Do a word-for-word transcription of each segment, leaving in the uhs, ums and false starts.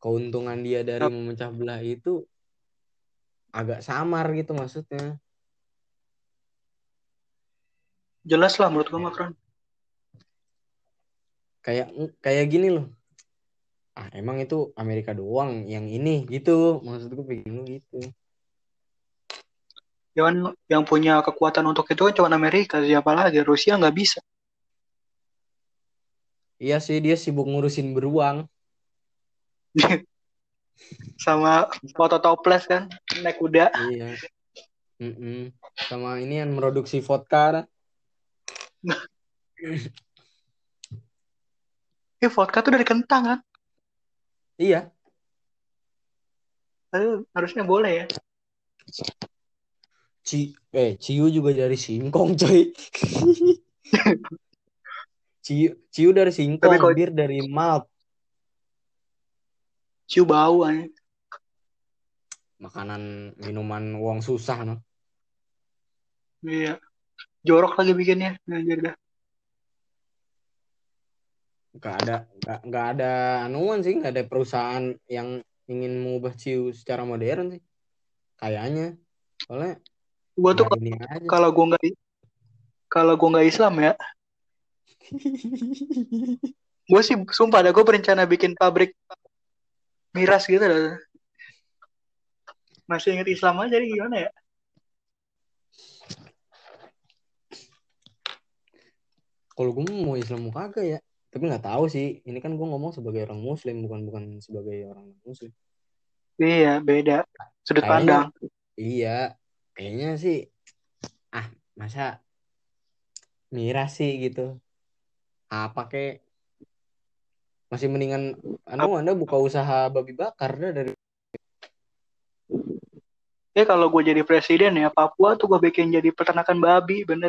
keuntungan dia dari memecah belah itu agak samar gitu maksudnya. Jelas lah menurut gue Macron. Kayak kayak gini loh. Ah emang itu Amerika doang yang ini gitu. Maksud gue begini gitu. Yang yang punya kekuatan untuk itu kan cuma Amerika, siapa lagi? Rusia nggak bisa. Iya sih dia sibuk ngurusin beruang. Sama foto toples kan, naik kuda. Iya. Mm-mm. Sama ini yang produksi vodka. Eh, vodka tuh dari kentang kan? Iya. Aduh, harusnya boleh ya. Ci eh Ciu juga dari singkong coy. Ciu Ciu dari Tapi singkong, kok bir dari malt. ciu bau aja. Makanan minuman wong susah no. Iya. Jorok lagi bikinnya. Anjir dah. Gak ada gak, gak ada anuan sih, gak ada perusahaan yang ingin mengubah Ciu secara modern sih. Kayaknya. Soalnya Gua tuh ya ini aja. kalau gua nggak kalau gua nggak Islam ya, gua sih sumpah ada gua berencana bikin pabrik miras gitu loh. Masih inget Islam aja jadi gimana ya? Kalau gue mau Islam mau kagak ya. Tapi nggak tahu sih. Ini kan gue ngomong sebagai orang Muslim, bukan bukan sebagai orang Muslim. Iya, beda sudut Kayaknya pandang. iya. Kayaknya sih ah masa miras sih gitu. Apa kek masih mendingan anu Ap- Anda buka usaha babi bakar dah dari Ya kalau gue jadi presiden ya Papua tuh gue bikin jadi peternakan babi bener.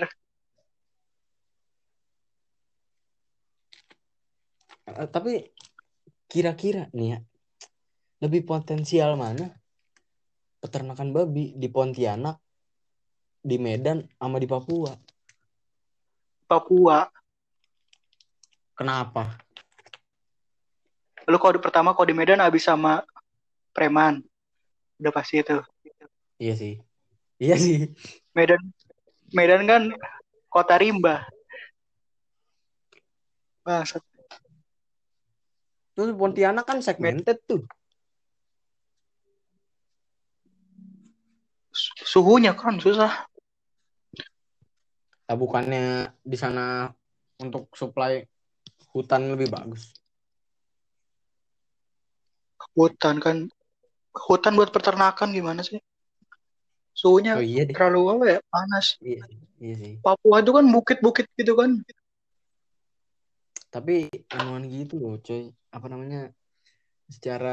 Eh, tapi kira-kira nih ya lebih potensial mana peternakan babi di Pontianak, di Medan, sama di Papua? Papua. Kenapa? Lalu kalau di pertama kalau di Medan habis sama preman, udah pasti itu. Iya sih. Iya sih. Medan Medan kan kota rimba. Bangsat. Terus Pontianak kan Med- segmented tuh. Suhunya kan susah. Nah, bukannya di sana untuk supply hutan lebih bagus. Hutan kan, hutan buat peternakan gimana sih? Suhunya Oh iya deh. terlalu apa ya? Panas. Iya, iya sih. Papua itu kan bukit-bukit gitu kan. Tapi anuan gitu loh, coy. Apa namanya? Secara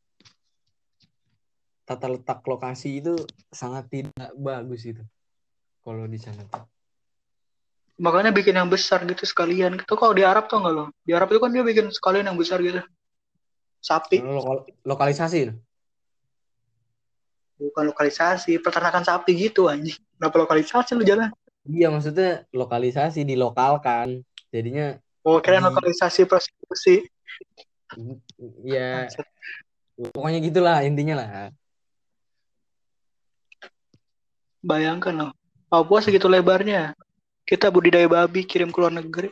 tata letak lokasi itu sangat tidak bagus itu. Kalau di sana tuh. Makanya bikin yang besar gitu sekalian. Itu kalau di Arab tuh enggak loh. Di Arab itu kan dia bikin sekalian yang besar gitu. Sapi. Lokal, lokalisasi. No? Bukan lokalisasi. Peternakan sapi gitu anjing. Kenapa lokalisasi lu jalan? Iya, maksudnya lokalisasi dilokalkan. Jadinya Oh, kira di lokalisasi prostitusi. ya pokoknya gitulah intinya lah. Bayangkan loh. Papua segitu lebarnya. Kita budidaya babi kirim ke luar negeri.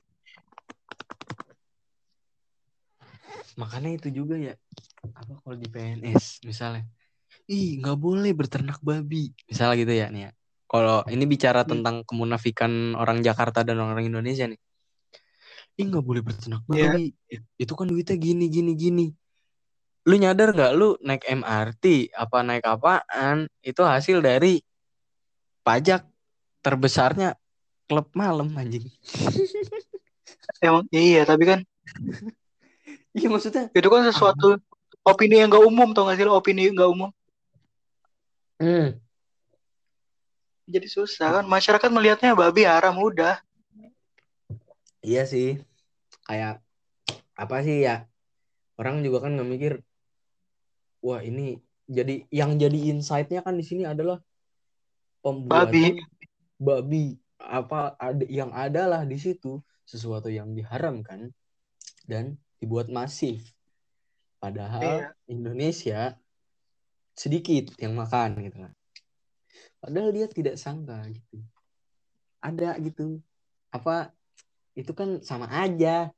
Makanya itu juga ya. Apa kalau di P N S misalnya. Ih, nggak boleh berternak babi. Misalnya gitu ya nih ya. Kalau ini bicara Hmm. tentang kemunafikan orang Jakarta dan orang Indonesia nih. Ih, nggak boleh berternak Ya, babi. Itu kan duitnya gini, gini, gini. Lu nyadar nggak lu naik M R T apa naik apaan itu hasil dari pajak terbesarnya klub malam anjing. emang iya. Tapi kan Iya maksudnya itu kan ah, sesuatu opini yang gak umum. Tau gak sih lo opini yang gak umum? hmm. Jadi susah kan. Masyarakat melihatnya babi haram udah. Iya sih kayak apa sih ya orang juga kan nggak mikir wah ini jadi yang jadi insight-nya kan di sini adalah Babi. pembuatan babi apa ada yang adalah di situ sesuatu yang diharamkan dan dibuat masif Padahal Iya. Indonesia sedikit yang makan gitu kan. Padahal dia tidak sangka gitu. Ada gitu. Apa itu kan sama aja.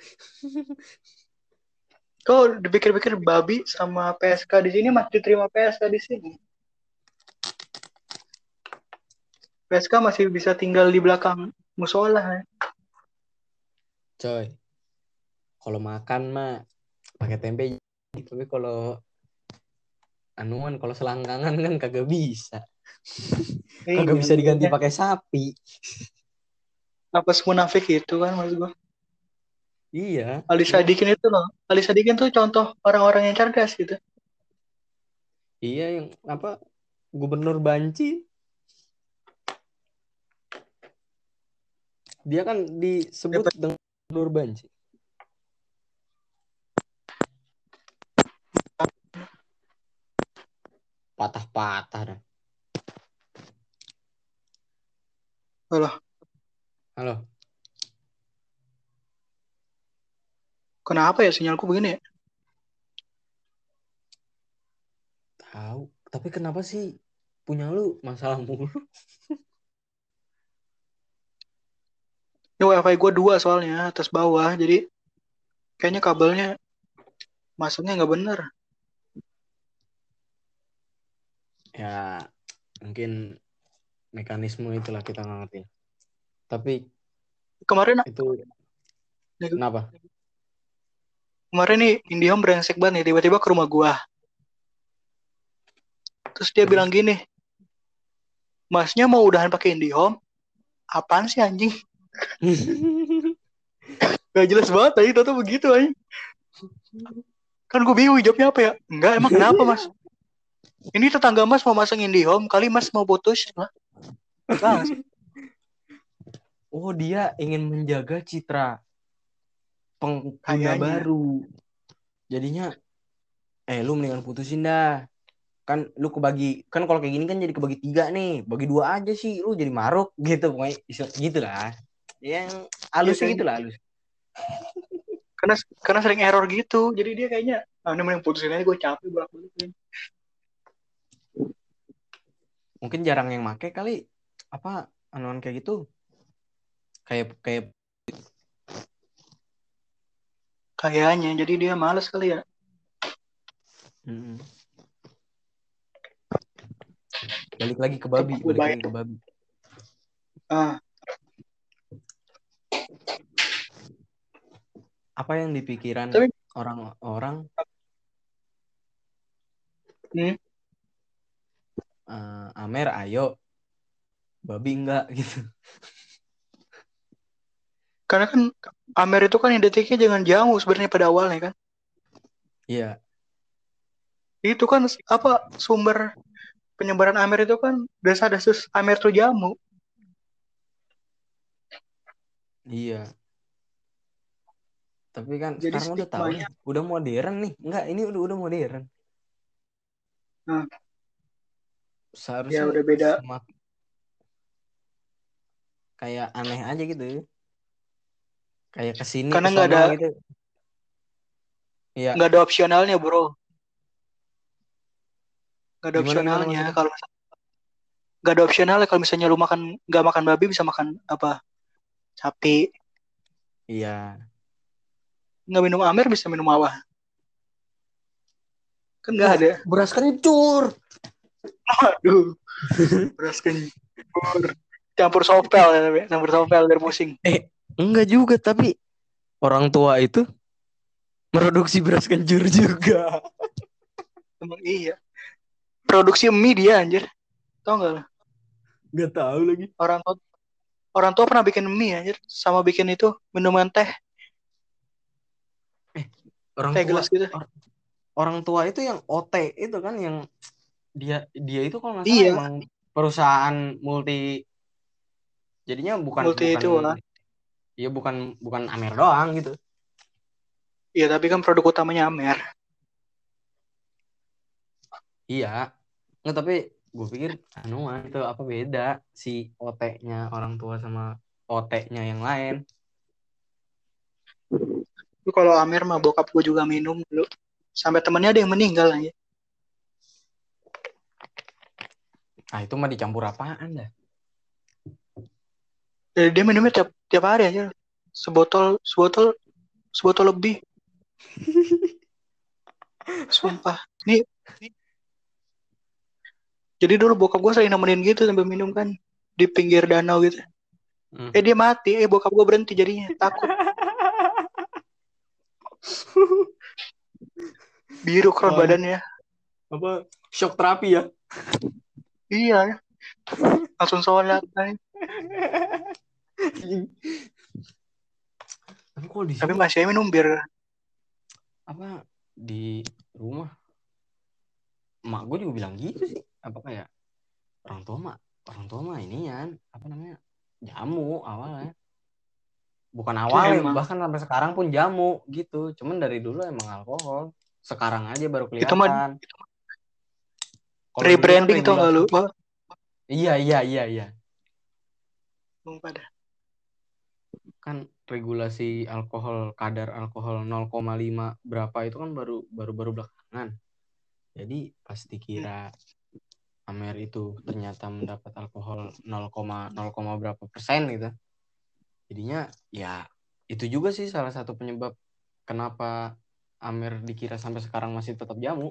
Kau dipikir-pikir babi sama P S K di sini masih diterima P S K di sini. P S K masih bisa tinggal di belakang musola. Ya. Coy, kalau makan mah pakai tempe. Tapi kalau anuan, kalau selangkangan kan kagak bisa. Kagak Iya, bisa diganti makanya pakai sapi. apa semunafik itu kan maksud gua. Iya, Ali ya. Sadikin itu loh. Ali Sadikin tuh contoh orang-orang yang cerdas gitu. Iya yang apa Gubernur Banci, dia kan disebut Siapa? dengan Gubernur Banci. Patah-patah dah. Alah, Halo, kenapa ya sinyalku begini ya? tahu. Tapi kenapa sih punya lu masalah mulu? Ini WiFi gue dua soalnya atas bawah, jadi kayaknya kabelnya masuknya nggak bener. Ya, mungkin mekanisme itulah kita nggak ngerti. Tapi Kemarin itu kenapa? kemarin nih IndiHome brengsek banget nih, tiba-tiba ke rumah gua. Terus dia bilang Terus gini, masnya mau udahan pakai IndiHome? Apaan sih anjing? Gak jelas banget tadi, tau begitu anjing. Kan gue bingung jawabnya apa ya? Enggak, emang kenapa mas? Ini tetangga mas mau masang IndiHome, kali mas mau putus? Lah, enggak sih. Oh, dia ingin menjaga citra pengguna Kayaknya. baru. Jadinya, eh lu mendingan putusin dah. Kan lu kebagi, kan kalau kayak gini kan jadi kebagi tiga nih. Bagi dua aja sih, lu jadi maruk gitu. Pokoknya gitu lah. Yang Iya halusnya gitu kayaknya. lah, halus. Karena karena sering error gitu. Jadi dia kayaknya, ah ini mending putusin aja, gue capek bolak-balik. Mungkin jarang yang make kali. Apa, anuan kayak gitu. Kayak, kayak. Kayaknya, jadi dia males kali ya. Hmm. Balik lagi ke babi, Gue balik bayar. lagi ke babi. Ah, Apa yang dipikiran tapi, orang-orang hmm, uh, Amer ayo, babi enggak gitu. karena kan Amer itu kan identiknya dengan jamu sebenarnya pada awalnya kan. Iya, Itu kan apa sumber penyebaran Amer itu kan desas-desus Amer itu jamu. iya. Tapi kan Jadi sekarang udah tahu nih, stigmanya, udah modern nih. Enggak, ini udah udah modern. nah, ya Seharusnya udah beda. semak kayak aneh aja gitu. Kayak kesini Karena ke nggak sono ada gitu. Iya, nggak ada opsionalnya bro, nggak ada gimana gimana opsionalnya. maksudnya? Kalau nggak ada opsionalnya, kalau misalnya lu makan nggak makan babi bisa makan apa sapi, Iya. nggak minum Amer bisa minum apa? Kan nggak Wah, ada. beras kencur. Aduh, beras kencur campur sopel ya, tapi. Campur sopel biar pusing. Eh, enggak juga, tapi orang tua itu produksi beras kencur juga. Emang iya. Produksi mie dia anjir. Tau nggak lo? Nggak tahu lagi. Orang tua orang tua pernah bikin mie anjir, sama bikin itu minuman teh, Eh, orang teh tua gelas gitu. or- orang tua itu yang O T itu kan yang dia dia itu kalau nggak salah Iya, emang perusahaan multi, jadinya bukan multi bukan itu lah. ya bukan bukan Amer doang gitu. Iya, tapi kan produk utamanya Amer. Iya. Nggak, tapi gue pikir anuan itu apa beda si O T-nya orang tua sama O T-nya yang lain. Tapi kalau Amer mah bokap gue juga minum dulu. Sampai temennya ada yang meninggal aja. Ah itu mah dicampur apaan dah? Jadi dia minumnya tiap tiap hari aja. Sebotol, sebotol, sebotol lebih. Sumpah. Nih, jadi dulu bokap gue sering nemenin gitu sambil minum kan di pinggir danau gitu. Hmm. Eh dia mati, eh bokap gue berhenti jadinya takut. Biru kron Oh, badannya. apa shock terapi ya? Iya, langsung sholat kan. Tapi kok di Tapi sini masih aja minum bir. apa di rumah emak gue juga bilang gitu sih. Apa kayak orang tua mah orang tua mah ini ya apa namanya jamu awalnya. Bukan awalnya Emang. bahkan sampai sekarang pun jamu gitu. Cuman dari dulu emang alkohol. Sekarang aja baru Itu mah kelihatan. Kalau dulu kan rebranding tau gak regulasi. lu? Oh, Iya iya iya iya. sumpah dah. Kan regulasi alkohol kadar alkohol nol koma lima berapa itu kan baru baru baru belakangan. Jadi pas dikira Amer itu ternyata mendapat alkohol nol koma nol berapa persen gitu. Jadinya ya itu juga sih salah satu penyebab kenapa Amer dikira sampai sekarang masih tetap jamu.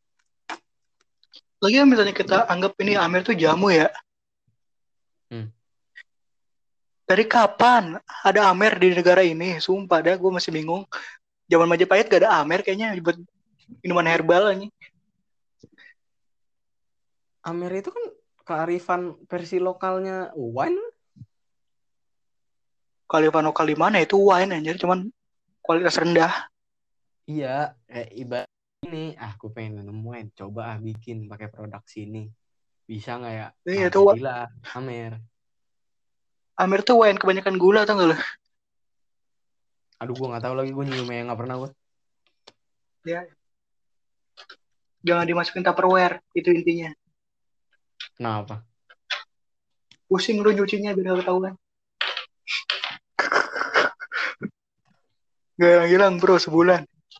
Lagi kan misalnya kita anggap ini Amer tuh jamu ya. Hmm. Dari kapan ada Amer di negara ini? Sumpah dah, gue masih bingung. Zaman Majapahit gak ada Amer kayaknya buat minuman herbal aja. Amer itu kan kearifan versi lokalnya wine. Kalifano Kalimana itu wine anjir, cuman kualitas rendah. Iya, kayak ibarat ini, ah aku pengen minum wine, coba ah bikin pakai produk sini. Bisa nggak ya? Nah, Iya tuh jadilah Amer. Amer tuh wine kebanyakan gula tau gak lu? Aduh, gue nggak tahu lagi, gue nyiumnya nggak pernah gue. Ya, jangan dimasukin Tupperware, itu intinya. Kenapa? Pusing lu nyucinya biar gak ketahuan. Gak hilang bro sebulan.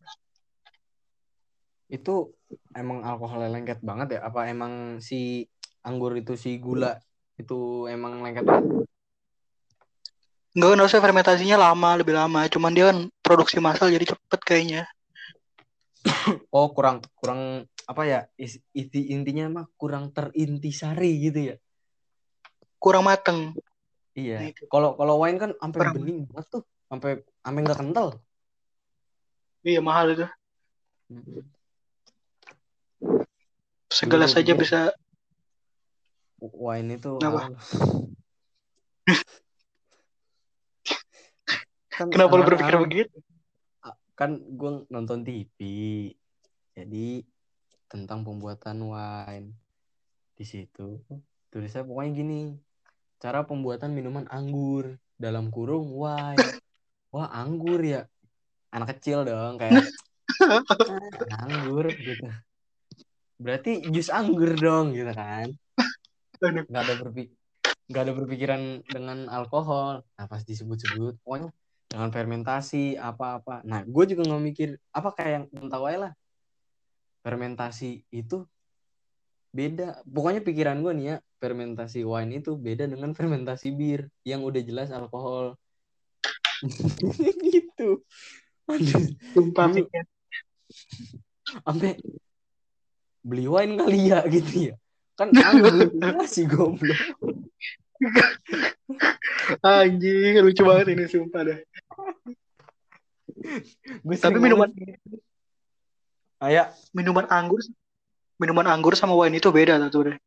Itu emang alkoholnya lengket banget ya? Apa emang si anggur itu si gula itu emang lengket banget? Enggak kan harusnya fermentasinya lama, lebih lama. Cuman dia kan produksi massal jadi cepet kayaknya. Oh, kurang kurang apa ya? Is, iti, intinya mah kurang terintisari gitu ya. Kurang mateng. Iya. Nah itu. Kalau kalau wine kan sampai Kurang. bening banget tuh, sampai sampai nggak kental. Iya mahal itu. Mm-mm. Dulu Segala gue saja pikir bisa. wine itu Kenapa? halal. Kan Kenapa lu berpikir angan-angan begitu? kan gue nonton T V. Jadi tentang pembuatan wine di situ tulisnya pokoknya gini, cara pembuatan minuman anggur dalam kurung wine. Wah anggur ya, anak kecil dong kayak ah, anggur gitu, berarti jus anggur dong gitu kan. nggak ada berpik nggak ada berpikiran dengan alkohol. Nah pas disebut-sebut pokoknya dengan fermentasi apa-apa, nah gue juga nggak mikir apa kayak yang tahu aja lah, fermentasi itu beda. Pokoknya pikiran gue nih ya, fermentasi wine itu beda dengan fermentasi bir yang udah jelas alkohol. Gitu. Aduh, Sumpah dulu mikir. sampai beli wine kali ya gitu ya. Kan anggur sih goblok. Anjing, lucu banget ini sumpah dah. Gue Tapi sering minuman banget. Kayak minuman anggur minuman anggur sama wine itu beda tuh deh.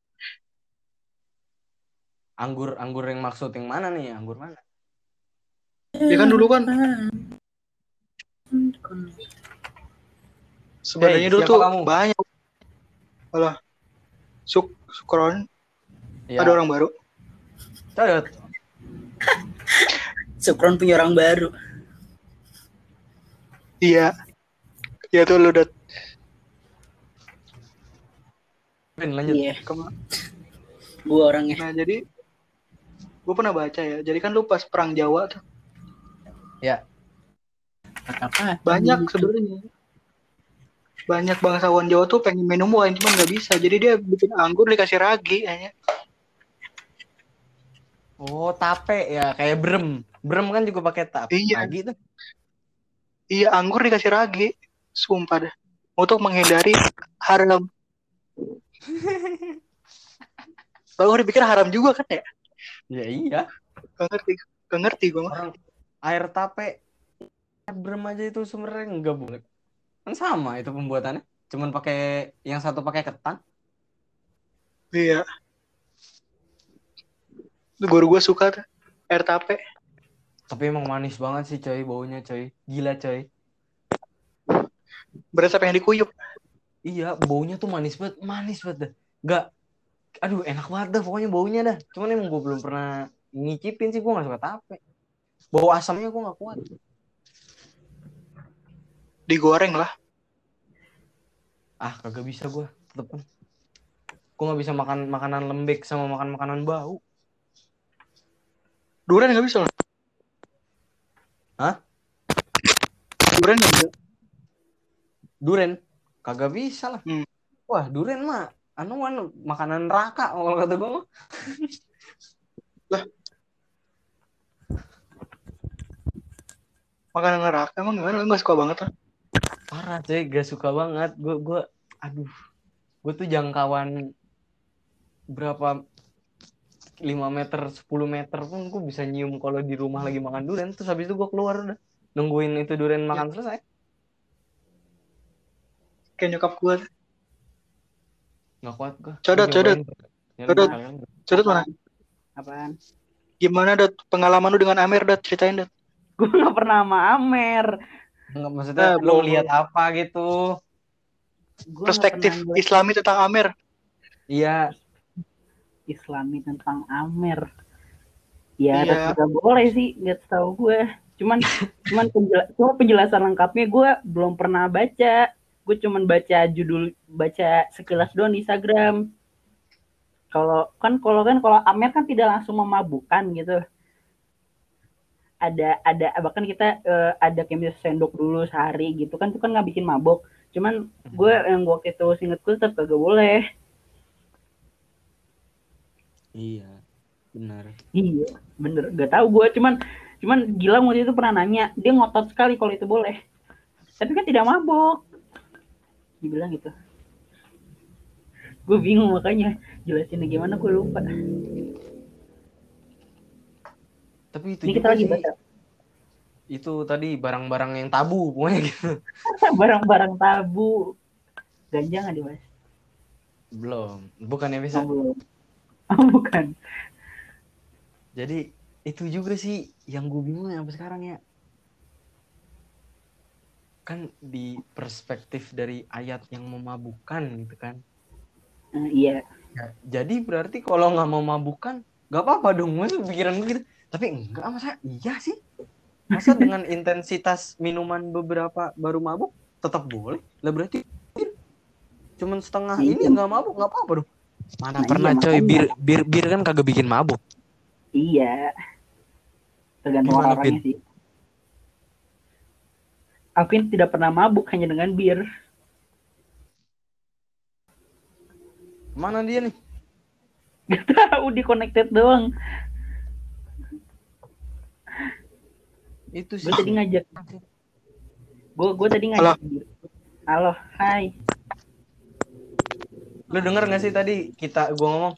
anggur anggur yang maksud yang mana nih? Anggur mana? Ya kan dulu kan Hei, sebenarnya dulu siapa tuh kamu? banyak. Alah, Suk Sukron ada Ya, orang baru. Codot. Sukron punya orang baru. Iya. Ya tuh lu udah Ben, lanjut. Iya, kema- gua orangnya. Nah, jadi gue pernah baca ya. Jadi kan lu pas perang Jawa tuh Ya, Apa? banyak sebenarnya. banyak bangsawan Jawa tuh pengen minum wine cuman nggak bisa. Jadi dia bikin anggur dikasih ragi kayaknya. Oh, tape ya, kayak brem. Brem kan juga pakai tap. Iya, Lagi tuh. iya anggur dikasih ragi. Sumpah dah. Untuk menghindari haram. Kalau gue dipikir haram juga kan ya? Ya iya. Gak ngerti, gak ngerti gue mah. Orang air tape, air brem aja itu sebenarnya nggak boleh. Kan sama itu pembuatannya. Cuman pakai yang satu pakai ketan. Iya. Itu guru gue suka tuh air tape. Tapi emang manis banget sih coy, baunya coy. Gila coy. Berasa pengen dikuyup. Iya, baunya tuh manis banget, manis banget dah. Nggak, aduh enak banget dah pokoknya baunya dah. Cuman emang gue belum pernah ngicipin sih, gue nggak suka tape. Bau asamnya gue nggak kuat. Digoreng lah. Ah, kagak bisa gue, tetep kan. Gue nggak bisa makan makanan lembek sama makan makanan bau. Durian gak bisa loh. Hah? Durian gak bisa. Duren? Kagak bisa lah. Hmm. Wah, duren mah anu anu makanan neraka kalau kata gue mah. Lah. Makanan neraka emang gimana? Lu gak suka banget lah. Parah coy, gak suka banget. Gue gue aduh. Gue tuh jangkauan berapa lima meter, sepuluh meter pun gue bisa nyium kalau di rumah lagi makan durian. Terus habis itu gue keluar udah. Nungguin itu durian makan Ya. selesai. Kayak nyokap gue. Nggak kuat gue. Codot, codot. Codot. Codot mana? Apaan? Gimana Dat pengalaman lu dengan Amer Dat? Ceritain Dat. Gue nggak pernah sama Amer. Enggak, maksudnya Nah, lu bohong. lihat apa gitu. Gua nggak Perspektif pernah ngeliat Islami tentang Amer. Iya. Islami tentang Amer. Ya, Iya. nggak boleh sih, nggak tahu gue. Cuman, cuman penjela- cuma penjelasan lengkapnya gue belum pernah baca. Gue cuman baca judul, baca sekilas doang di Instagram. Kalau kan, kalau kan, kalau Amer kan tidak langsung memabukkan gitu. Ada, ada bahkan kita uh, ada kayak misalnya sendok dulu sehari gitu kan, itu kan nggak bikin mabuk. Cuman gue yang waktu itu inget gue tetap kagak boleh. Iya, benar. Iya, bener. Gak tahu gue, cuman cuman Gilang waktu itu pernah nanya, dia ngotot sekali kalau itu boleh. Tapi kan tidak mabuk. Dibilang gitu. Gue bingung makanya jelasinnya gimana, gue lupa. Tapi itu Ini juga kita lagi sih, baca. itu tadi barang-barang yang tabu pokoknya gitu. Barang-barang tabu. Ganja nggak dibahas? Belum, bukan Oh, episode. belum. Oh, bukan. Jadi itu juga sih yang gue bingung sampai sekarang ya. Kan di perspektif dari ayat yang memabukkan gitu kan. Uh, iya. Ya, jadi berarti kalau nggak memabukkan, nggak apa-apa dong. Masa pikiran gue gitu. Tapi enggak, masa iya sih? Masa dengan intensitas minuman beberapa baru mabuk tetap boleh? Lah berarti cuman setengah Iya. ini nggak mabuk, nggak apa-apa dong. Mana Nah, pernah iya, coy, makanya. bir, bir bir kan kagak bikin mabuk. Iya. Tergantung Gimana, orang-orangnya sih. Alvin tidak pernah mabuk hanya dengan bir. Mana dia nih? Gak tahu, di connected doang. Itu sih. Gue tadi ngajak. Gue gue tadi Halo. ngajak. Bir. Halo, hai. Lu denger nggak sih tadi kita gua ngomong?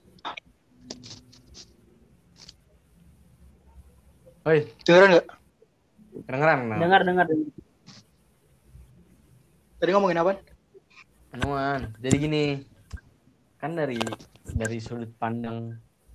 Oi, Dengeran nggak? kedengeran nah. Dengar, dengar. dengar. Tadi ngomongin apa? Anuan. Jadi gini, kan dari dari sudut pandang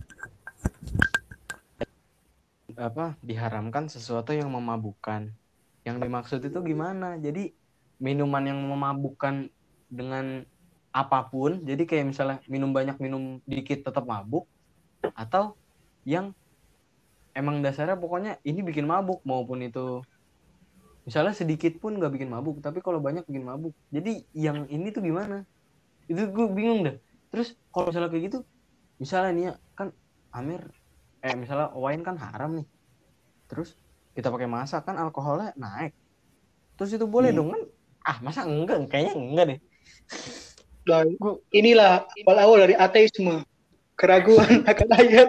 apa diharamkan sesuatu yang memabukkan. Yang dimaksud itu gimana? Jadi minuman yang memabukkan dengan apapun, jadi kayak misalnya minum banyak minum dikit tetap mabuk, atau yang emang dasarnya pokoknya ini bikin mabuk, maupun itu misalnya sedikit pun nggak bikin mabuk, tapi kalau banyak bikin mabuk. Jadi yang ini tuh gimana? Itu gue bingung dah. Terus kalau misalnya kayak gitu, misalnya nih ya, kan Amir eh misalnya wine kan haram nih, terus kita pakai masak kan alkoholnya naik, terus itu boleh Iya. dong kan? Ah masa enggak? Kayaknya enggak deh. Dan Gua- inilah awal-awal dari ateisme, keraguan akan ayat.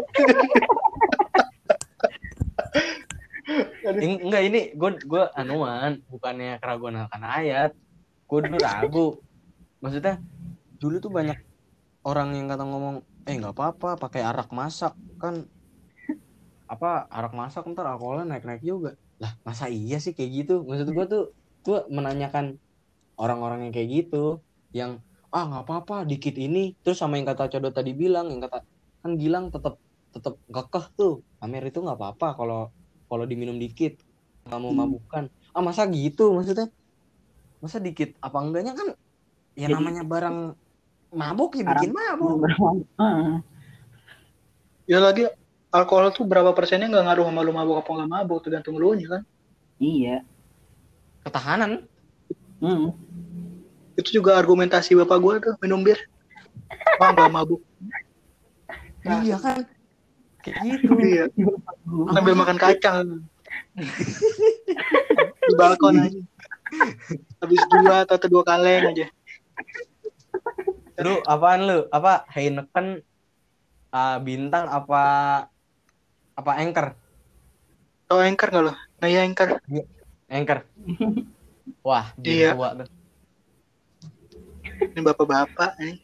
Ing- enggak ini gue gue anuan bukannya keraguan akan ayat. Gue dulu ragu. Maksudnya dulu tuh banyak orang yang kata ngomong, eh nggak apa-apa pakai arak masak kan, apa arak masak ntar alkoholnya naik-naik juga. Lah masa iya sih kayak gitu? Maksud gue tuh gue menanyakan orang-orang yang kayak gitu, yang ah nggak apa-apa dikit ini, terus sama yang kata Codo tadi bilang, yang kata kan Gilang tetap tetap kekeh tuh, Amer itu nggak apa-apa kalau kalau diminum dikit, nggak mau mabukan. Ah masa gitu? Maksudnya masa dikit apa enggaknya kan ya Jadi namanya barang mabuk ya sekarang bikin mabuk. Heeh. Ya lagi alkohol tuh berapa persennya nggak ngaruh sama lu mabuk apa nggak mabuk, tergantung lu nya kan. Iya. Ketahanan. Hmm. Itu juga argumentasi bapak gue tuh minum bir. Wah nggak mabuk. Nah, Iya kan kayak gitu. iya. Sambil makan kacang di balkon aja. Habis dua atau dua kaleng aja. Lu apaan lu? Apa Heineken, uh, Bintang apa apa Anchor? Tau Anchor nggak lo? Nah ya Anchor. Anchor. Wah, dia Iya. tua tuh. Ini bapak-bapak nih.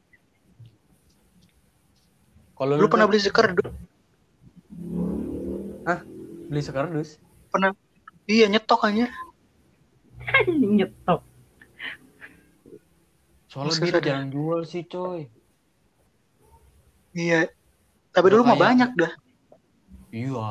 Kalau Lu pernah beli sekerdus? Hah? Beli sekardus? Pernah? Iya nyetok aja. Nyetok. Soalnya Masa dia sadar? jarang jual sih, coy. Iya. Tapi Udah dulu mah kayak- banyak dah. Iya.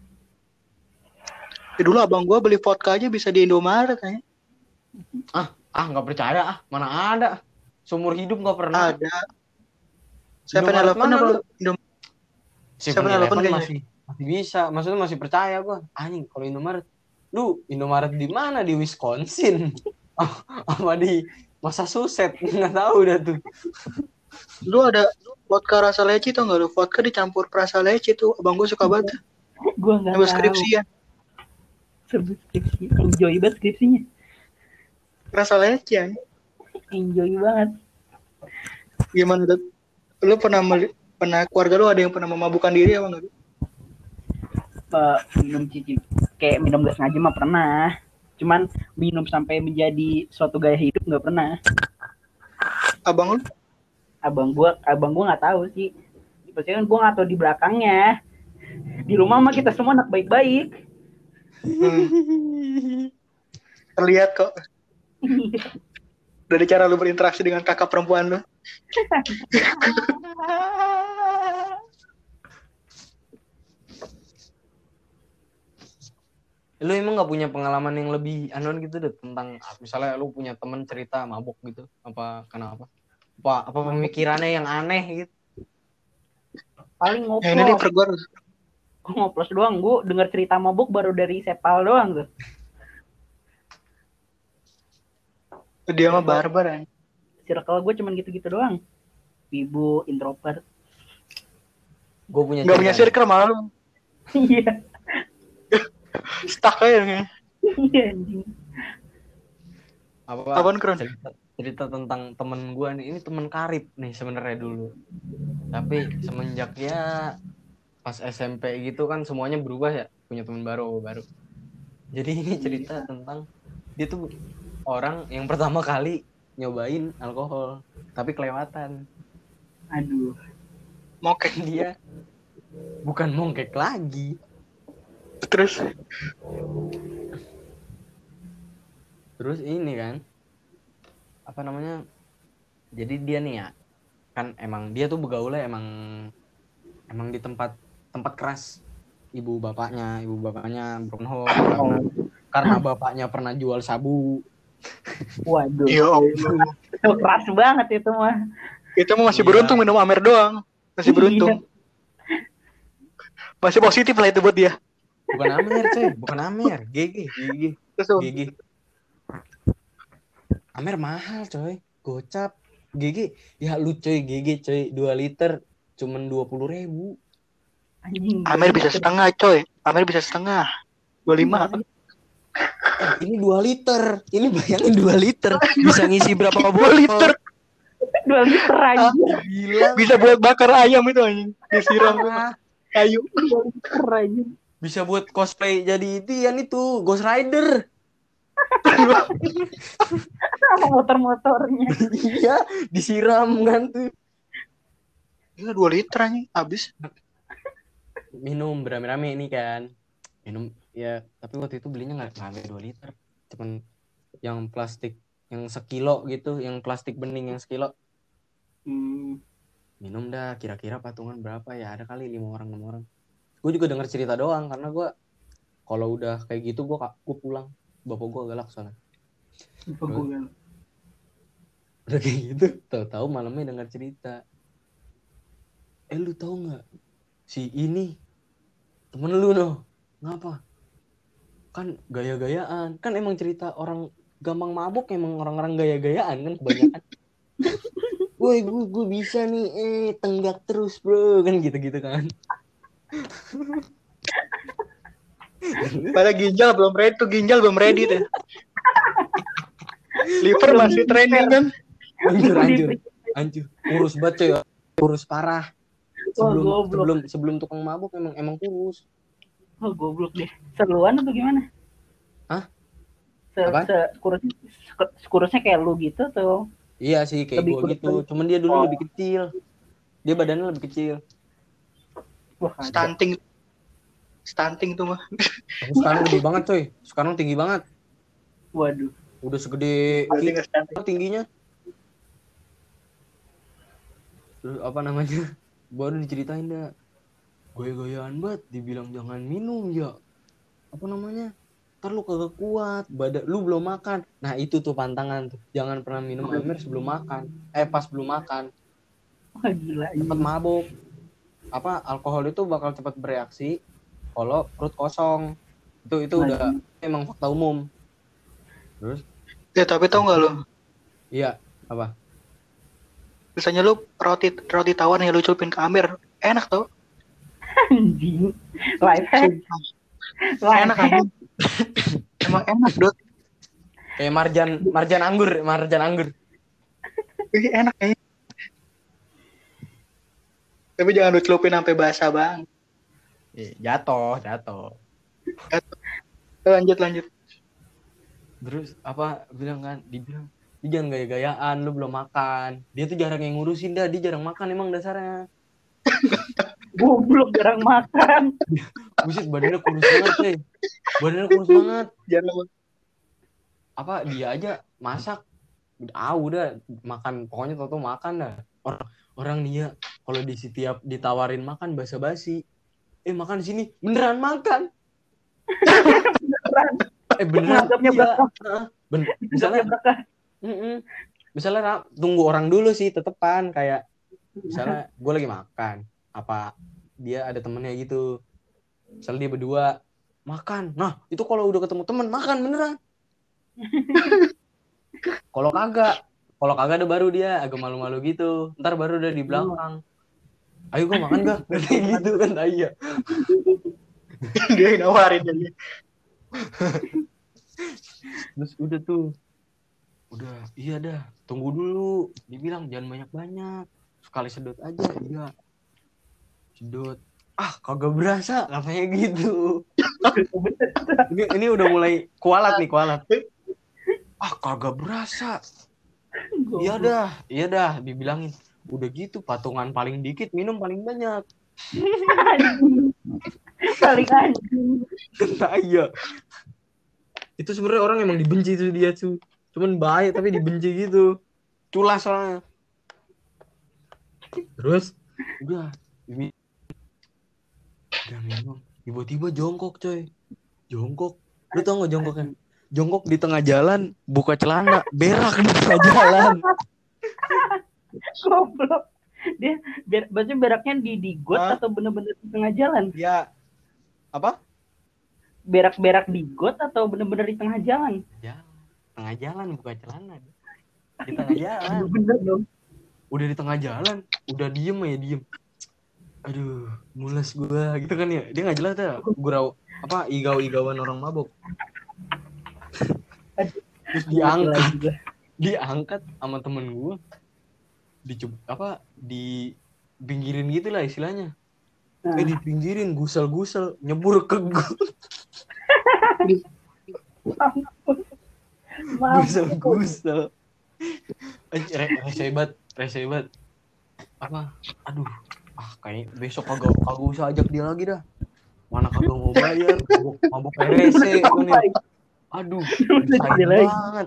Ya, dulu abang gua beli vodka aja bisa di Indomaret kayaknya. Ah, nggak percaya ah. Mana ada? Seumur hidup nggak pernah. Ada. seven Indomaret eleven mana apa? lu? Indom- seven seven eleven kayaknya. masih masih bisa. Maksudnya masih percaya gua. Anjing, kalau Indomaret. Lu Indomaret di mana? Di Wisconsin. Apa di Massachusetts? Nggak tahu dah tuh. Dulu ada vodka rasa leci tau nggak lu? Vodka dicampur rasa leci tuh. Abang gua suka banget. Gue nggak Sambil tahu. skripsian. Sebut skripsi. Enjoy banget skripsinya. Rasa leci ya. Enjoy banget. Gimana tuh? Lu pernah meli- pernah keluarga lu ada yang pernah memabukan diri apa enggak? Uh, minum cicip kayak minum gak sengaja mah pernah. Cuman minum sampai menjadi suatu gaya hidup nggak pernah. Abang lu? Abang gua, abang gua nggak tahu sih. Pasti kan gua nggak tahu di belakangnya. Di rumah mah kita semua anak baik-baik. Hmm. Terlihat kok dari cara lu berinteraksi dengan kakak perempuan lu. Lu emang nggak punya pengalaman yang lebih anon gitu deh tentang misalnya lu punya temen cerita mabuk gitu? Apa kenapa? Apa apa pemikirannya yang aneh gitu? Paling Ya ini dia ngoplos. pergor. Gua ngoplos doang. Gua denger cerita mabuk baru dari Sepal doang tuh. Dia mah barbar ya. Circle gue cuman gitu-gitu doang. Ibu introvert. Gue punya Enggak punya cerita. circle malah lu. Iya. Stuck aja kayaknya. Iya anjing. Apa Apaan, Kron? cerita, cerita tentang temen gue nih, ini temen karib nih sebenarnya dulu, tapi semenjak ya pas S M P gitu kan semuanya berubah ya, punya temen baru baru jadi ini cerita tentang dia tuh orang yang pertama kali nyobain alkohol tapi kelewatan. Aduh. Mokek. Dia bukan mongkek lagi, Terus terus ini kan apa namanya, jadi dia nih ya kan emang dia tuh bergaulnya emang emang di tempat tempat keras, ibu bapaknya ibu bapaknya broken home karena karena bapaknya pernah jual sabu. Waduh. ya Allah. Itu keras banget itu mah. Itu mah masih Iya. beruntung minum Amer doang. Masih beruntung. Masih positif lah itu buat dia. Bukan Amer coy, bukan Amer, G G G G Terus tuh, G G. Amer mahal coy, gocap. G G ya lu coy, G G coy dua liter cuman dua puluh ribu. Anjing. Amer bisa setengah coy. Amer bisa setengah. dua puluh lima. Eh, ini dua liter. Ini bayangin dua liter. Bisa ngisi berapa dua botol? liter. dua liter aja. Gila. Bisa buat bakar ayam itu anjing. Disiram Ah, kayu. dua liter aja. bisa buat cosplay jadi itu ya itu Ghost Rider. Sama motor-motornya. Iya, disiram kan tuh. Gila dua liter anjing habis. Minum berame-rame ini kan. Minum ya, tapi waktu itu belinya nggak sampai dua liter. Cuman yang plastik yang sekilo gitu, yang plastik bening yang sekilo. Hmm. Minum dah, kira-kira patungan berapa ya? Ada kali lima orang, enam orang. Gue juga denger cerita doang karena gue kalau udah kayak gitu gue gue pulang. Bapak gue galak soalnya. Apa gue bilang? Udah kayak gitu, tahu-tahu malamnya dengar cerita. Eh lu tahu nggak si ini temen lu noh ngapa? Kan gaya-gayaan, kan emang cerita orang gampang mabuk emang orang-orang gaya-gayaan kan kebanyakan. Woi gue gue bisa nih eh tenggak terus bro kan gitu-gitu kan. Padahal ginjal belum ready tuh, ginjal belum ready tuh. Liver masih training kan. Hancur hancur hancur kurus banget coy, kurus parah. Sebelum Wah, sebelum sebelum tukang mabuk emang emang kurus. Oh goblok deh. Seruan atau gimana? Hah? Se, Apa? se kurus, se, kurusnya kayak lu gitu tuh. Iya sih kayak Lebih gue kurus gitu. lagi. Cuman dia dulu Oh. lebih kecil. Dia badannya lebih kecil. Wah, ada. Stunting. Stunting tuh mah. Aku sekarang gede banget coy. Sekarang tinggi banget. Waduh. Udah segede Berarti kita nggak stunting. tingginya. Terus apa namanya? Baru diceritain dah. Goya-goyaan banget. Dibilang jangan minum ya. Apa namanya? Ntar lu kagak kuat. Badan lu belum makan. Nah itu tuh pantangan tuh. Jangan pernah minum amer sebelum makan. Eh pas belum makan. Wah gila. Cepet mabuk. Apa alkohol itu bakal cepat bereaksi kalau perut kosong. Itu itu udah emang fakta umum. Terus Ya tapi tau nggak lu? iya apa? Misalnya lu roti roti tawar yang lu celupin ke Amir, enak tau? Anjing. Life hack. Life Enak hack. anjing. Emang enak dot. Kayak marjan marjan anggur, marjan anggur. Ih, enak ya. Tapi jangan lu celupin sampai basah bang. Eh, jatuh, jatuh. Lanjut lanjut. Terus apa bilang kan? Dibilang, "Dia jangan gaya-gayaan, lu belum makan." Dia tuh jarang yang ngurusin dah, dia jarang makan emang dasarnya. Goblok jarang makan. Buset badannya kurus banget, cuy. Badannya kurus banget. Jangan Apa dia aja masak ah udah makan pokoknya toto makan dah. Orang orang dia kalau di setiap ditawarin makan basa-basi. Eh makan di sini beneran makan. Beneran. Eh beneran. Menganggapnya Iya. berkah. Ben, misalnya berkah. mm-mm. Misalnya Ra, tunggu orang dulu sih tetepan kayak misalnya gue lagi makan apa dia ada temennya gitu misalnya dia berdua makan nah itu kalau udah ketemu temen makan beneran kalau kagak kalau kagak ada baru dia agak malu-malu gitu ntar baru udah di belakang ayo gue makan gak kayak gitu kan iya dia nawarin aja. terus udah tuh udah iya dah tunggu dulu dibilang jangan banyak-banyak sekali sedot aja iya sedot ah kagak berasa katanya gitu ini, ini udah mulai kualat nih kualat ah kagak berasa iya dah iya dah dibilangin udah gitu patungan paling dikit minum paling banyak Paling anjing. nah, iya itu sebenarnya orang emang dibenci tuh dia tuh cuman baik tapi dibenci gitu culas soalnya terus udah ini udah minum tiba-tiba jongkok coy jongkok lu tau gak jongkoknya jongkok di tengah jalan buka celana berak di tengah jalan Goblok. Dia ber, berarti beraknya di di got Hah? atau bener-bener di tengah jalan? ya apa Berak-berak di got atau bener-bener di tengah jalan? ya tengah jalan buka celana di tengah jalan Bener dong. udah di tengah jalan udah diem ya diem aduh mules gua gitu kan ya dia nggak jelas ya gurau apa igau-igauan orang mabok Aduh, Terus nggak ngerti diangkat, lagi gue. diangkat sama temen gue, dicob apa di pinggirin gitu lah istilahnya. Nah, Eh dipinggirin, gusel-gusel, nyebur ke gue, mampus. Mampus. gusel-gusel. Eh, re- rese banget, rese banget. Apa? Aduh, ah kayak besok kagak kagak usah ajak dia lagi dah. Mana kagak mau bayar, mabok mabok rese kan ya. Aduh, Udah sayang jadi lagi. banget.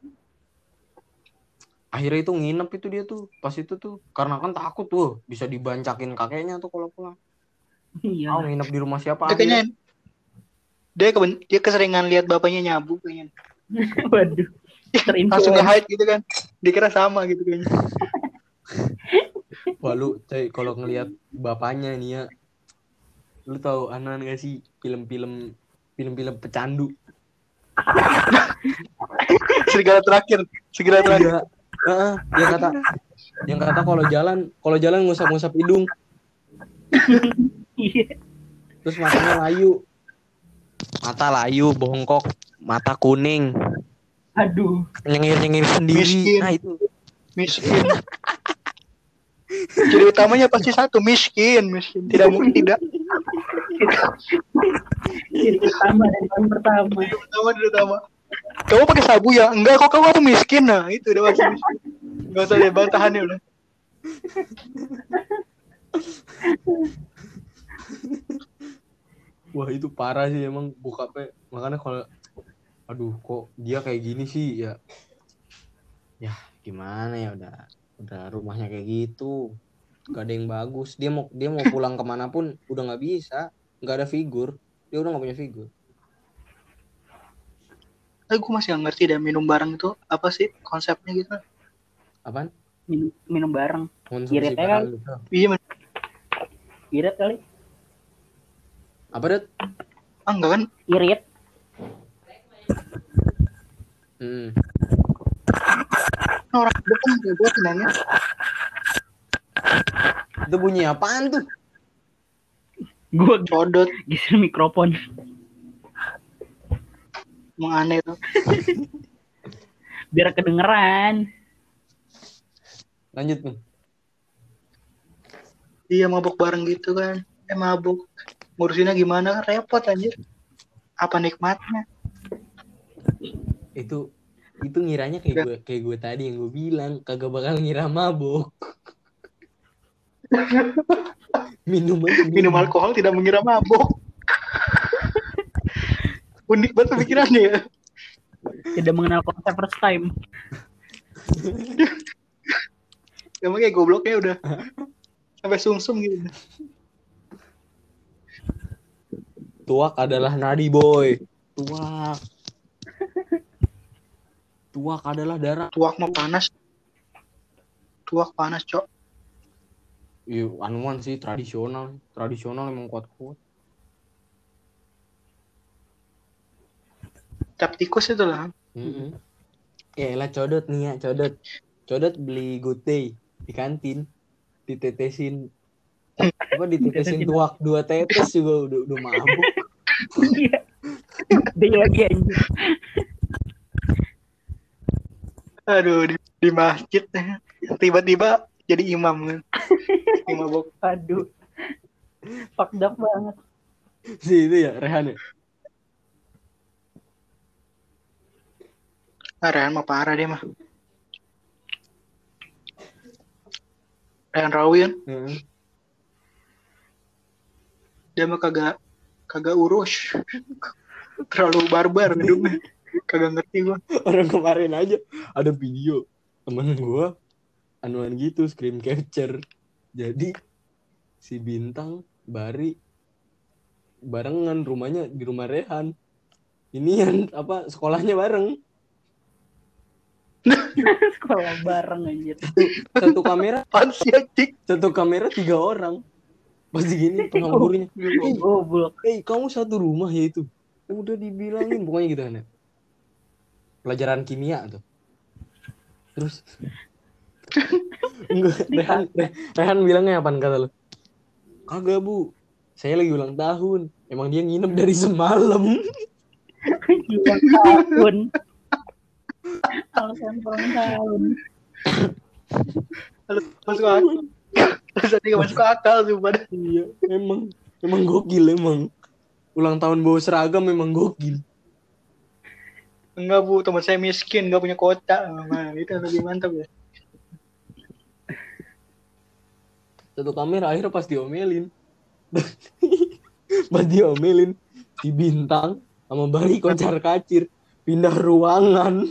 Akhirnya itu nginep itu dia tuh pas itu tuh karena kan takut tuh bisa dibancakin kakeknya tuh kalau pulang. Iya. Ah nginep di rumah siapa Dia kayaknya akhirnya? dia keben- dia keseringan lihat bapaknya nyabu kayaknya. Waduh. Langsung Terinfluence. nge-hide gitu kan. Dikira sama gitu kayaknya. Wah lu coy kalau ngelihat bapaknya nih ya, lu tahu anan gak sih film-film film-film pecandu? Serigala terakhir, serigala terakhir. Iya. Heeh, yang kata yang kata kalau jalan kalau jalan ngusap-ngusap hidung, Iya. terus matanya layu. Mata layu, bongkok, mata kuning, Aduh. nyengir-nyengir sendiri. Miskin. Nah itu. Miskin. Jadi utamanya pasti satu, miskin, miskin. Tidak mungkin tidak. Jadi pertama dan paling pertama. Yang pertama dulu utama. Kamu pakai sabu ya? Enggak, kok kamu aku miskin. Nah, itu udah masih miskin. Enggak usah deh bantahannya udah. Wah itu parah sih emang bokapnya. Makanya kalau aduh kok dia kayak gini sih ya. Ya gimana ya udah udah rumahnya kayak gitu. Gak ada yang bagus. Dia mau dia mau pulang kemana pun udah nggak bisa. Nggak ada figur. Dia udah nggak punya figur. Tapi gue masih gak ngerti deh minum bareng itu apa sih konsepnya gitu. Apaan? Minum, minum bareng. Konsumsi Irit ya barang kan? gitu. Iya, men. Irit kali. Apa det? Ah, enggak kan? Irit. Hmm. Orang bukan kayak gue tenangnya. Itu bunyi apaan tuh? Gue Codot, geser mikrofon. emang aneh tuh. Biar kedengeran. Lanjut tuh. Iya, mabuk bareng gitu kan. Eh mabuk. Ngurusinnya gimana kan repot anjir. Apa nikmatnya? Itu itu ngiranya kayak gue kayak gue tadi yang gue bilang kagak bakal ngira mabuk. Minum aja minum. Minum alkohol tidak mengira mabuk. Unik banget pemikirannya ya. Tidak mengenal konsep first time. Emang kayak gobloknya udah sampai sumsum gitu. Tuak adalah nadi boy. Tuak. Tuak adalah darah. Tuak mah panas. Tuak panas, Cok. Iya, anuan sih tradisional. Tradisional emang kuat-kuat. Cap tikus itu lah. Mm-hmm. Ya elah codot nih ya, codot. Codot beli good day di kantin. Ditetesin apa ditetesin tuak dua tetes juga udah udah mabuk. Iya. Dia lagi anjir. Aduh, di, di masjid tiba-tiba jadi imam kan. Imam mabuk. Aduh. Fucked up banget. Si itu ya Rehan ya. Ah, Rehan mah parah dia mah. Rehan Rawi kan. Mm-hmm. Dia mah kagak kagak urus. Terlalu barbar hidupnya. Kagak ngerti gua. Orang kemarin aja ada video temen gua anuan gitu screen capture. Jadi si Bintang Bari barengan rumahnya di rumah Rehan. Ini yang apa sekolahnya bareng. Sekolah bareng anjir. Satu kamera, Ansiatik. satu kamera tiga orang. Pasti gini pengamal gurunya. Hei, Goblok. hey, kamu satu rumah ya itu. Udah dibilangin pokoknya gitu kan. Pelajaran kimia tuh. Terus enggak Rehan, Rehan bilangnya apaan kata lu? Kagak bu, saya lagi ulang tahun. Emang dia nginep dari semalam. Ulang tahun. Alasan ulang tahun. Lalu masuk akal. Alasan dia masuk akal sumpah. Iya, emang emang gokil emang. Ulang tahun bawa seragam memang gokil. Enggak bu, teman saya miskin, enggak punya kotak. Nah, itu lebih mantap ya. Satu kamera akhirnya pas diomelin. Pas diomelin si Bintang sama Bali kocar kacir pindah ruangan.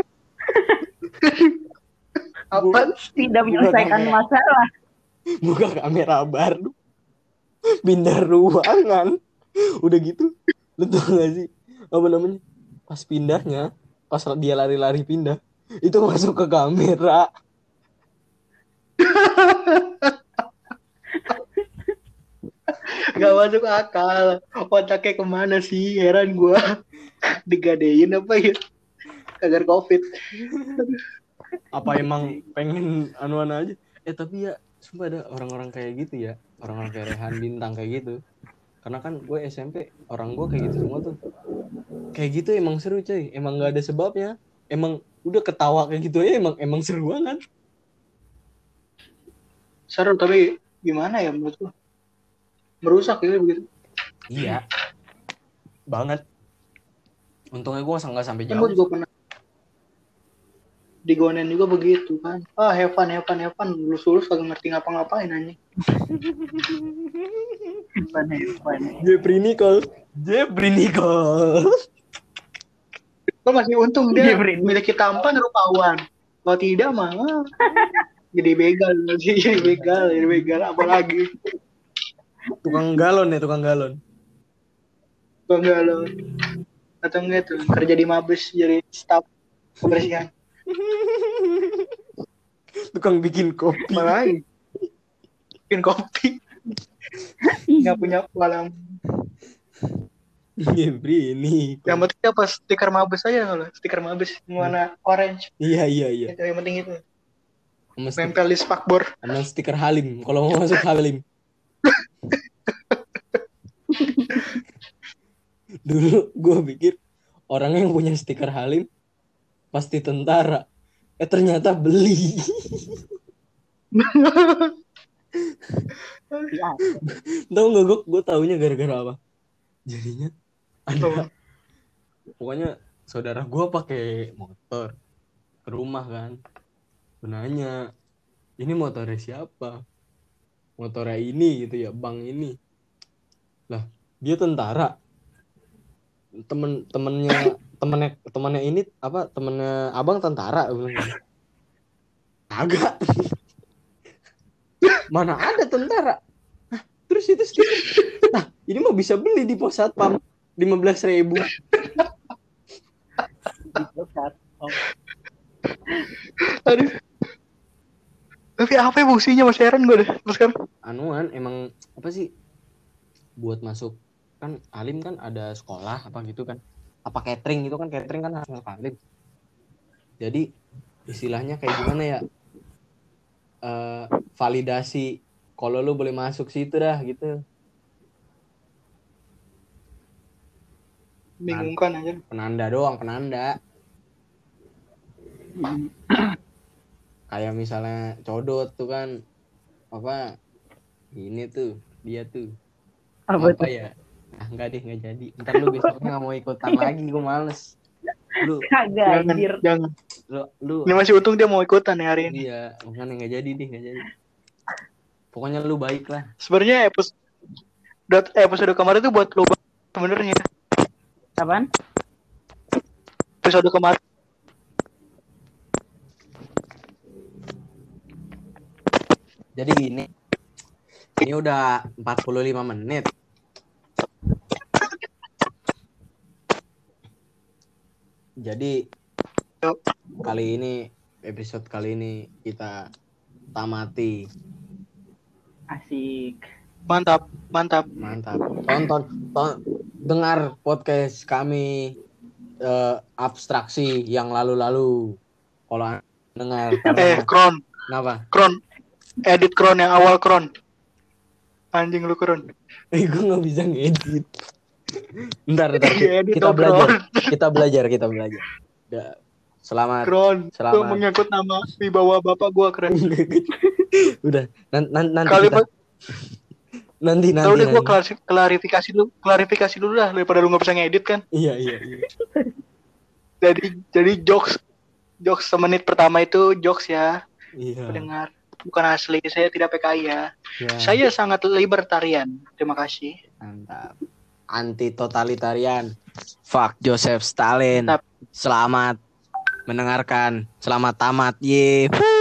Apa? Tidak menyelesaikan masalah. Buka kamera baru. Pindah ruangan. Udah gitu, lu tau gak sih apa namanya? Pas pindahnya, pas dia lari-lari pindah, itu masuk ke kamera. Gak masuk akal. Otaknya kemana sih? Heran gua. Digadein apa ya? Agar covid. Apa emang pengen anuan aja? Eh tapi ya, sumpah ada orang-orang kayak gitu ya, orang-orang kayak Rehan Bintang kayak gitu. Karena kan gue S M P, orang gue kayak gitu semua tuh. Kayak gitu emang seru coy, emang gak ada sebabnya. Emang udah ketawa kayak gitu aja emang emang seru banget. Seru tapi gimana ya menurut lu? Merusak ya begitu. Iya. Banget. Untungnya gue nggak sampai Kan gue jauh. juga pernah di Gonen juga begitu kan. Ah, have fun, have fun, have fun. Lulus-lulus kagak ngerti ngapa-ngapain anjing. Hepan-hepan. Jeffrey Nicole. Jeffrey Nicole. Lo masih untung dia Dia beri- memiliki tampan rupawan. Kalau tidak mah ah, jadi begal, jadi begal, jadi begal apalagi. Tukang galon ya, tukang galon. Bangga lo. Atau enggak tuh kerja di Mabes jadi staf kebersihan. Tukang bikin kopi. Malah bikin kopi. Nggak punya pengalaman. Jeffrey ini. Yang penting apa stiker Mabes aja kalau stiker Mabes warna orange. Iya iya iya. Itu yang penting itu. Sama stiker, Nempel di spakbor. sama stiker Halim. Kalau mau masuk Halim. Dulu gue pikir orang yang punya stiker Halim pasti tentara. Eh ternyata beli. Ya, Tahu nggak gue? Gue taunya gara-gara apa? Jadinya ada. Pokoknya saudara gue pakai motor ke rumah kan. Gue nanya, ini motornya siapa? Motornya ini gitu ya, bang ini. Lah, dia tentara. Temen temennya temennya temennya ini apa? Temennya abang tentara. Agak. Mana ada tentara? Hah, terus itu stiker. Nah, ini mah bisa beli di pos satpam lima belas ribu. Aduh. Tapi apa ya fungsinya Mas heran gue deh sekarang. Anuan emang apa sih? Buat masuk kan Halim kan ada sekolah apa gitu kan? Apa catering itu kan catering kan harus masuk Halim. Jadi istilahnya kayak gimana ya? Uh, validasi kalau lu boleh masuk situ dah gitu. Bingungkan aja. Penanda doang, penanda. Kayak misalnya codot tuh kan apa ini tuh dia tuh apa apa tuh? ya? Ah enggak deh, enggak jadi. Ntar lu besoknya enggak mau ikutan lagi, gue males. Lu Kagak Jangan, anjir. jangan. lu, lu Ini masih untung dia mau ikutan ya hari ini. iya, makanya enggak jadi deh, enggak jadi. Pokoknya lu baik lah. Sebenarnya episode episode kemarin tuh buat lu sebenarnya. Apaan? Episode kemarin Jadi gini. Ini udah empat puluh lima menit. Jadi kali ini episode kali ini kita tamati. Asik. mantap, mantap. Mantap. Tonton, ton, dengar podcast kami eh, abstraksi yang lalu-lalu. Kalau dengar Eh, Kron, kenapa? Kron. Edit Kron yang awal Kron. Anjing lu Kron. Eh, gue nggak bisa ngedit. Ntar, ntar Edit kita dong, belajar, Kron. kita belajar, kita belajar. Udah, Selamat. Keren. Selamat. Lu menyangkut nama wibawa bapak gua keren. Udah, nan- nan- nanti Kalimat kita nanti nanti. Tahu deh gua nanti. klasi- klarifikasi dulu, klarifikasi dulu lah daripada lu nggak bisa ngedit kan. Iya, iya, iya. Jadi jadi jokes jokes semenit pertama itu jokes ya, Iya. pendengar. Bukan asli, saya tidak P K I ya. Ya, Saya sangat libertarian. Terima kasih. mantap. Anti totalitarian. Fuck Joseph Stalin. Mantap. Selamat mendengarkan. Selamat tamat. Ye.